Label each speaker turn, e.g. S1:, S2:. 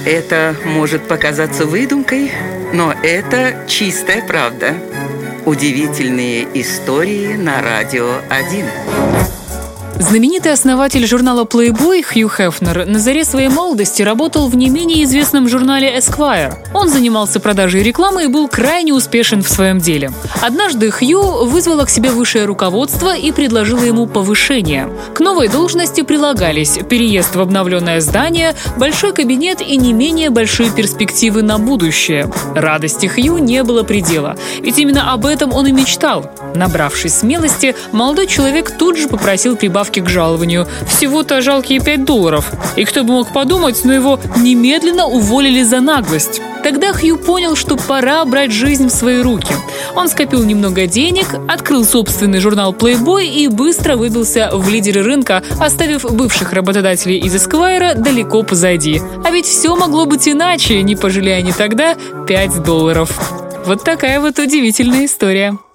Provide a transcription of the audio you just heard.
S1: Это может показаться выдумкой, но это чистая правда. Удивительные истории на Радио 1.
S2: Знаменитый основатель журнала Playboy Хью Хефнер на заре своей молодости работал в не менее известном журнале Esquire. Он занимался продажей рекламы и был крайне успешен в своем деле. Однажды Хью вызвала к себе высшее руководство и предложила ему повышение. К новой должности прилагались переезд в обновленное здание, большой кабинет и не менее большие перспективы на будущее. Радости Хью не было предела, ведь именно об этом он и мечтал. Набравшись смелости, молодой человек тут же попросил прибавки к жалованию. Всего-то жалкие $5. И кто бы мог подумать, но его немедленно уволили за наглость. Тогда Хью понял, что пора брать жизнь в свои руки. Он скопил немного денег, открыл собственный журнал Playboy и быстро выбился в лидеры рынка, оставив бывших работодателей из Esquire далеко позади. А ведь все могло быть иначе, не пожалея они тогда $5. Вот такая вот удивительная история.